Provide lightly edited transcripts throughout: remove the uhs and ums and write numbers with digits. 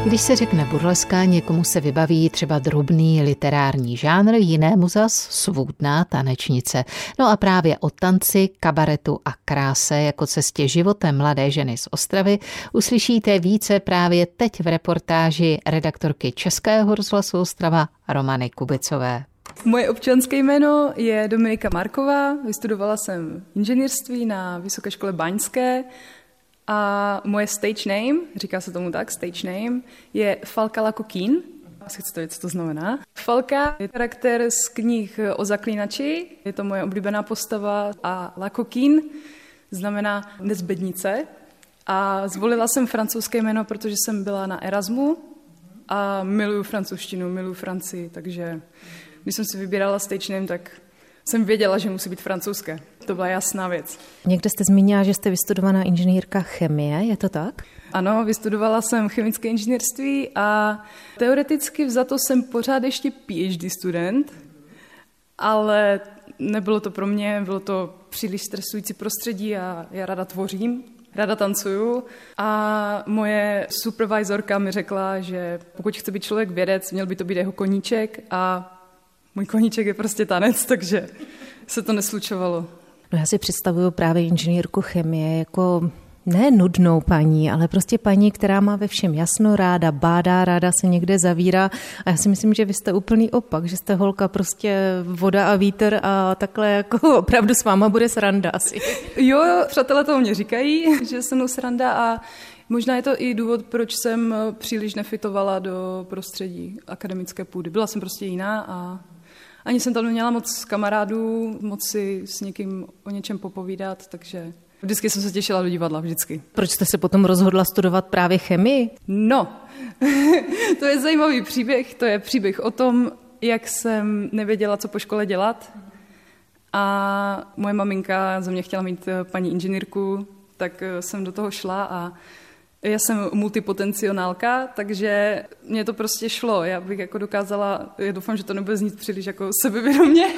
Když se řekne burleska, někomu se vybaví třeba drobný literární žánr, jinému zas svůdná tanečnice. No a právě o tanci, kabaretu a kráse jako cestě životem mladé ženy z Ostravy uslyšíte více právě teď v reportáži redaktorky Českého rozhlasu Ostrava Romany Kubicové. Moje občanské jméno je Dominika Marková, vystudovala jsem inženýrství na Vysoké škole báňské a moje stage name, říká se tomu tak, stage name, je Falka Lakokín. Asi chcete vědět, co to znamená. Falka je charakter z knih o zaklínači, je to moje oblíbená postava a Lakokín znamená nezbednice. A zvolila jsem francouzské jméno, protože jsem byla na Erasmu a miluju francouzštinu, miluju Francii, takže když jsem si vybírala stage name, tak jsem věděla, že musí být francouzské. To byla jasná věc. Někde jste zmínila, že jste vystudovaná inženýrka chemie, je to tak? Ano, vystudovala jsem chemické inženýrství a teoreticky vzato jsem pořád ještě PhD student, ale nebylo to pro mě, bylo to příliš stresující prostředí a já ráda tvořím, ráda tancuju a moje supervisorka mi řekla, že pokud chce být člověk vědec, měl by to být jeho koníček a můj koníček je prostě tanec, takže se to neslučovalo. No já si představuju právě inženýrku chemie jako ne nudnou paní, ale prostě paní, která má ve všem jasno, ráda bádá, ráda se někde zavírá a já si myslím, že vy jste úplný opak, že jste holka prostě voda a vítr a takhle jako opravdu s váma bude sranda asi. Jo, přátelé toho mě říkají, že se mnou sranda a možná je to i důvod, proč jsem příliš nefitovala do prostředí akademické půdy. Byla jsem prostě jiná a ani jsem tam neměla moc kamarádů, moc si s někým o něčem popovídat, takže vždycky jsem se těšila do divadla, vždycky. Proč jste se potom rozhodla studovat právě chemii? No, to je zajímavý příběh, to je příběh o tom, jak jsem nevěděla, co po škole dělat a moje maminka za mě chtěla mít paní inženýrku, tak jsem do toho šla a já jsem multipotencionálka, takže mě to prostě šlo. Já bych jako dokázala, já doufám, že to nebude znít příliš jako sebevědomě,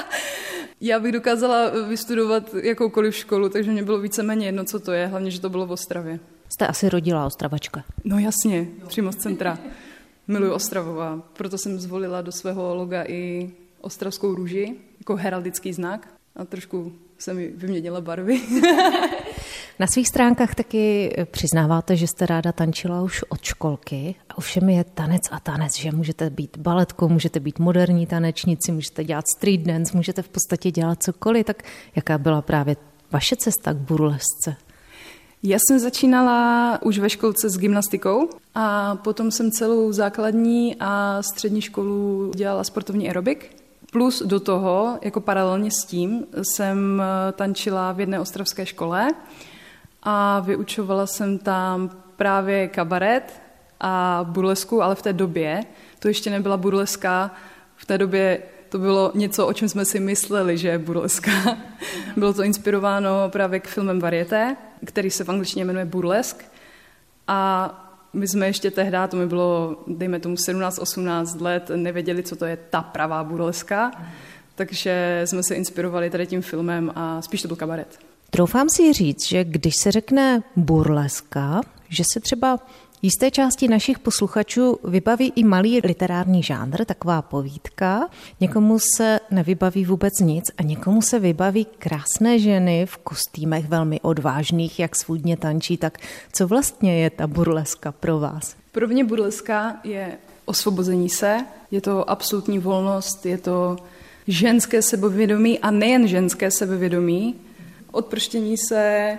já bych dokázala vystudovat jakoukoliv školu, takže mě bylo víceméně jedno, co to je, hlavně, že to bylo v Ostravě. Jste asi rodilá Ostravačka. No jasně, přímo z centra. Miluji Ostravu a proto jsem zvolila do svého loga i ostravskou růži, jako heraldický znak a trošku se mi vyměnila barvy. Na svých stránkách taky přiznáváte, že jste ráda tančila už od školky a ovšem je tanec a tanec, že můžete být baletkou, můžete být moderní tanečnici, můžete dělat street dance, můžete v podstatě dělat cokoliv, tak jaká byla právě vaše cesta k burlesce? Já jsem začínala už ve školce s gymnastikou a potom jsem celou základní a střední školu dělala sportovní aerobik. Plus do toho, jako paralelně s tím, jsem tančila v jedné ostravské škole a vyučovala jsem tam právě kabaret a burlesku, ale v té době to ještě nebyla burleska, v té době to bylo něco, o čem jsme si mysleli, že je burleska. Bylo to inspirováno právě k filmem Varieté, který se v angličtině jmenuje Burlesk a my jsme ještě tehdy, to mi bylo, dejme tomu 17-18 let, nevěděli, co to je ta pravá burleska, takže jsme se inspirovali tady tím filmem a spíš to byl kabaret. Troufám si říct, že když se řekne burleska, že se třeba jisté části našich posluchačů vybaví i malý literární žánr, taková povídka. Někomu se nevybaví vůbec nic a někomu se vybaví krásné ženy v kostýmech velmi odvážných, jak svůdně tančí. Tak co vlastně je ta burleska pro vás? Pro mě burleska je osvobození se, je to absolutní volnost, je to ženské sebevědomí a nejen ženské sebevědomí, odprštění se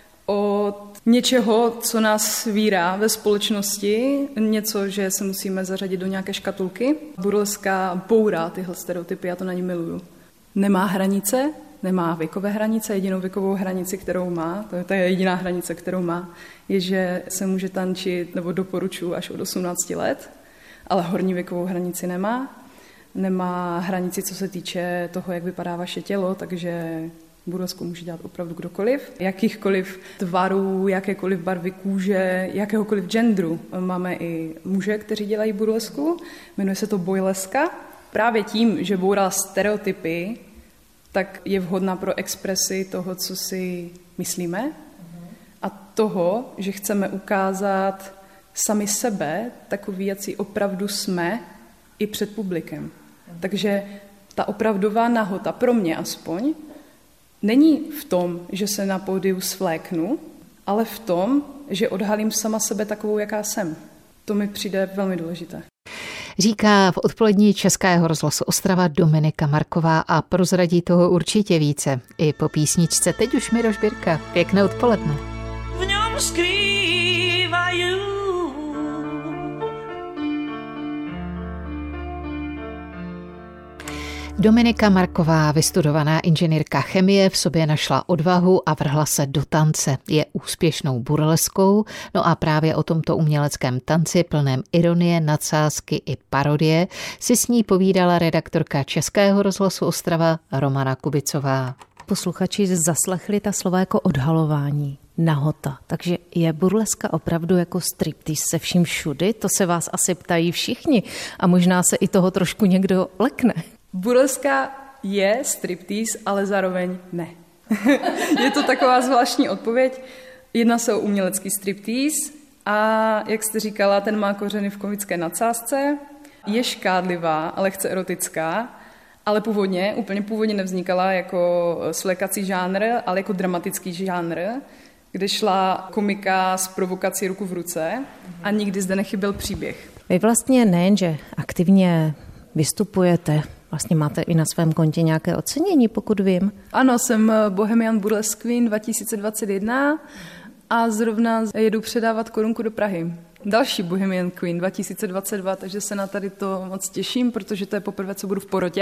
od něčeho, co nás svírá ve společnosti, něco, že se musíme zařadit do nějaké škatulky. Burleska bourá tyhle stereotypy, já to na ní miluju. Nemá hranice, nemá věkové hranice, jedinou věkovou hranici, kterou má, to je jediná hranice, kterou má, je, že se může tančit, nebo doporučuji až od 18 let, ale horní věkovou hranici nemá. Nemá hranici, co se týče toho, jak vypadá vaše tělo, takže burlesku může dělat opravdu kdokoliv. Jakýchkoliv tvarů, jakékoliv barvy kůže, jakéhokoliv genderu. Máme i muže, kteří dělají burlesku. Jmenuje se to boyleska. Právě tím, že bourá stereotypy, tak je vhodná pro expresi toho, co si myslíme. A toho, že chceme ukázat sami sebe, takový, jací opravdu jsme, i před publikem. Takže ta opravdová nahota, pro mě aspoň, není v tom, že se na pódiu svléknu, ale v tom, že odhalím sama sebe takovou, jaká jsem. To mi přijde velmi důležité. Říká v odpolední Českého rozhlasu Ostrava Dominika Marková a prozradí toho určitě více. I po písničce teď už Miroš Birka. Pěkné odpoledne. V něm skrývají Dominika Marková, vystudovaná inženýrka chemie, v sobě našla odvahu a vrhla se do tance. Je úspěšnou burleskou, no a právě o tomto uměleckém tanci plném ironie, nadsázky i parodie si s ní povídala redaktorka Českého rozhlasu Ostrava Romana Kubicová. Posluchači zaslechli ta slova jako odhalování, nahota. Takže je burleska opravdu jako striptease se vším všudy? To se vás asi ptají všichni a možná se i toho trošku někdo lekne. Burleska je striptease, ale zároveň ne. Je to taková zvláštní odpověď. Jedná se o umělecký striptease a, jak jste říkala, ten má kořeny v komické nadsázce. Je škádlivá a lehce erotická, ale úplně původně nevznikala jako svlékací žánr, ale jako dramatický žánr, kde šla komika s provokací ruku v ruce a nikdy zde nechyběl příběh. Vy vlastně nejenže aktivně vystupujete, vlastně máte i na svém kontě nějaké ocenění, pokud vím. Ano, jsem Bohemian Burlesque Queen 2021 a zrovna jedu předávat korunku do Prahy. Další Bohemian Queen 2022, takže se na tady to moc těším, protože to je poprvé, co budu v porotě.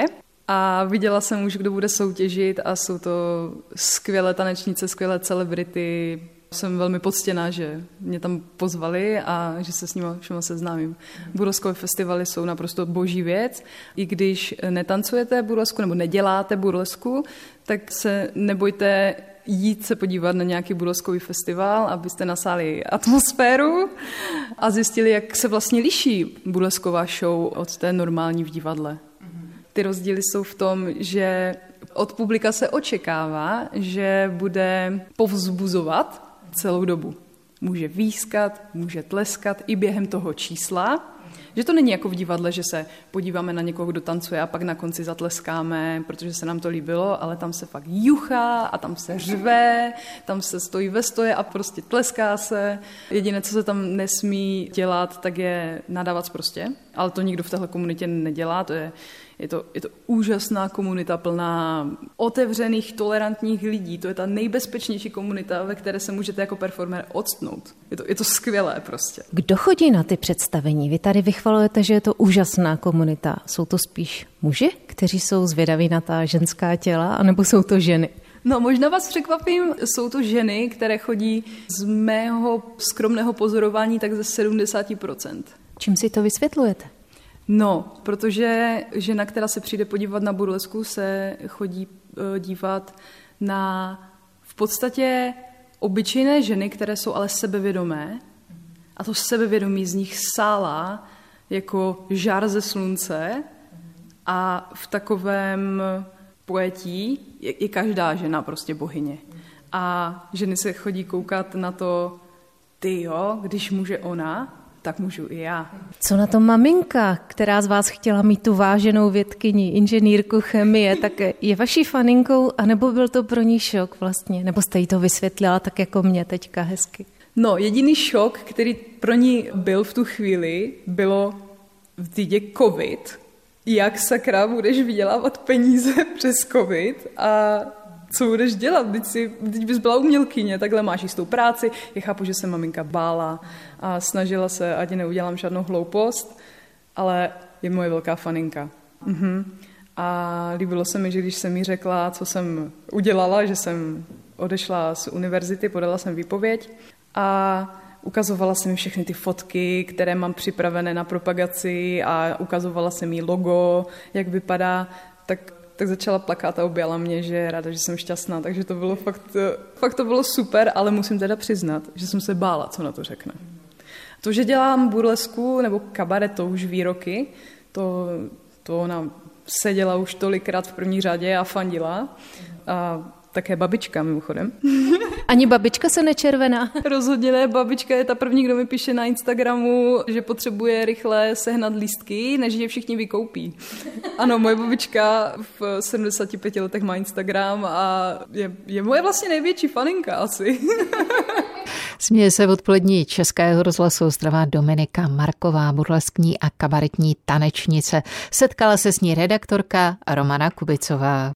A viděla jsem už, kdo bude soutěžit a jsou to skvělé tanečnice, skvělé celebrity. Jsem velmi poctěná, že mě tam pozvali a že se s nimi všema seznámím. Burleskové festivaly jsou naprosto boží věc. I když netancujete burlesku nebo neděláte burlesku, tak se nebojte jít se podívat na nějaký burleskový festival, abyste nasáli atmosféru a zjistili, jak se vlastně liší burlesková show od té normální v divadle. Ty rozdíly jsou v tom, že od publika se očekává, že bude povzbuzovat celou dobu. Může výskat, může tleskat i během toho čísla. Že to není jako v divadle, že se podíváme na někoho, kdo tancuje a pak na konci zatleskáme, protože se nám to líbilo, ale tam se fakt juchá a tam se řve, tam se stojí ve stoje a prostě tleská se. Jediné, co se tam nesmí dělat, tak je nadávat sprostě, ale to nikdo v téhle komunitě nedělá, je to úžasná komunita plná otevřených, tolerantních lidí. To je ta nejbezpečnější komunita, ve které se můžete jako performer odstnout. Je to skvělé prostě. Kdo chodí na ty představení? Vy tady vychvalujete, že je to úžasná komunita. Jsou to spíš muži, kteří jsou zvědaví na ta ženská těla, anebo jsou to ženy? No, možná vás překvapím, jsou to ženy, které chodí z mého skromného pozorování tak ze 70%. Čím si to vysvětlujete? No, protože žena, která se přijde podívat na burlesku, se chodí dívat na v podstatě obyčejné ženy, které jsou ale sebevědomé a to sebevědomí z nich sálá jako žár ze slunce a v takovém pojetí je každá žena prostě bohyně. A ženy se chodí koukat na to, když může ona, tak můžu i já. Co na to maminka, která z vás chtěla mít tu váženou vědkyni, inženýrku chemie, tak je vaší faninkou, anebo byl to pro ní šok vlastně? Nebo jste jí to vysvětlila tak jako mě teďka hezky? No, jediný šok, který pro ní byl v tu chvíli, bylo v týdě covid. Jak sakra budeš vydělávat peníze přes covid a co budeš dělat? Teď bys byla umělkyně, takhle máš jistou práci. Já chápu, že se maminka bála a snažila se, ať neudělám žádnou hloupost, ale je moje velká faninka. A líbilo se mi, že když jsem jí řekla, co jsem udělala, že jsem odešla z univerzity, podala jsem výpověď a ukazovala jsem mi všechny ty fotky, které mám připravené na propagaci a ukazovala jsem jí logo, jak vypadá, tak začala plakat a objala mě, že je ráda, že jsem šťastná, takže to bylo fakt to bylo super, ale musím teda přiznat, že jsem se bála, co na to řekne. To, že dělám burlesku nebo kabaret, to už výroky, to ona seděla už tolikrát v první řadě a fandila. A také babička mimochodem. Ani babička se nečervená? Rozhodně ne, babička je ta první, kdo mi píše na Instagramu, že potřebuje rychle sehnat lístky, než je všichni vykoupí. Ano, moje babička v 75 letech má Instagram a je moje vlastně největší faninka asi. Směje se odpolední Českého rozhlasu Ostrava Dominika Marková, burleskní a kabaretní tanečnice. Setkala se s ní redaktorka Romana Kubicová.